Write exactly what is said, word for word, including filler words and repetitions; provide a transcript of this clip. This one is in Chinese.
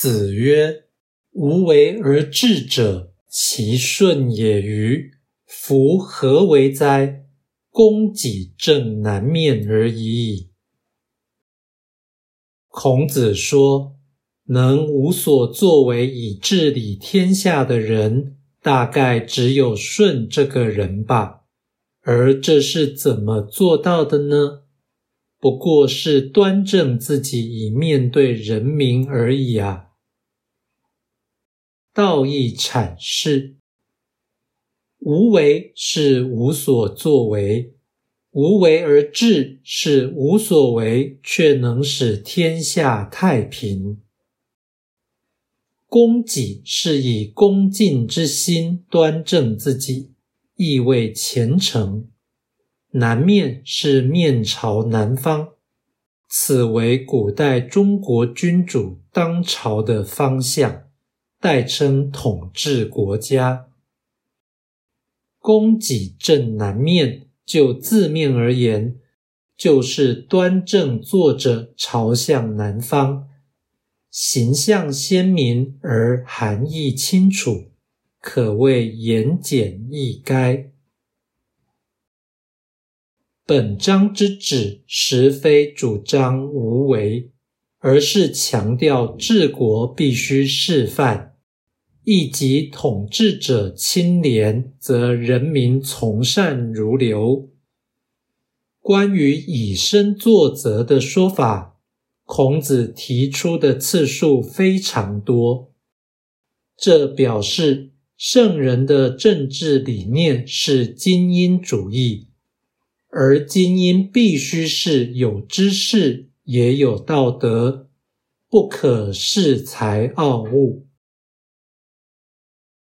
子曰：无为而治者，其顺也与？夫何为哉？供给正南面而已矣。孔子说，能无所作为以治理天下的人，大概只有舜这个人吧。而这是怎么做到的呢？不过是端正自己以面对人民而已啊。道义阐释，无为是无所作为，无为而治是无所为却能使天下太平。供给是以恭敬之心端正自己，意味虔诚。南面是面朝南方，此为古代中国君主当朝的方向，代称统治国家。供给正南面，就字面而言，就是端正坐着朝向南方，形象鲜明而含义清楚，可谓言简意赅。本章之旨实非主张无为，而是强调治国必须示范，亦即统治者清廉，则人民从善如流。关于以身作则的说法，孔子提出的次数非常多，这表示圣人的政治理念是精英主义，而精英必须是有知识也有道德，不可恃才傲物。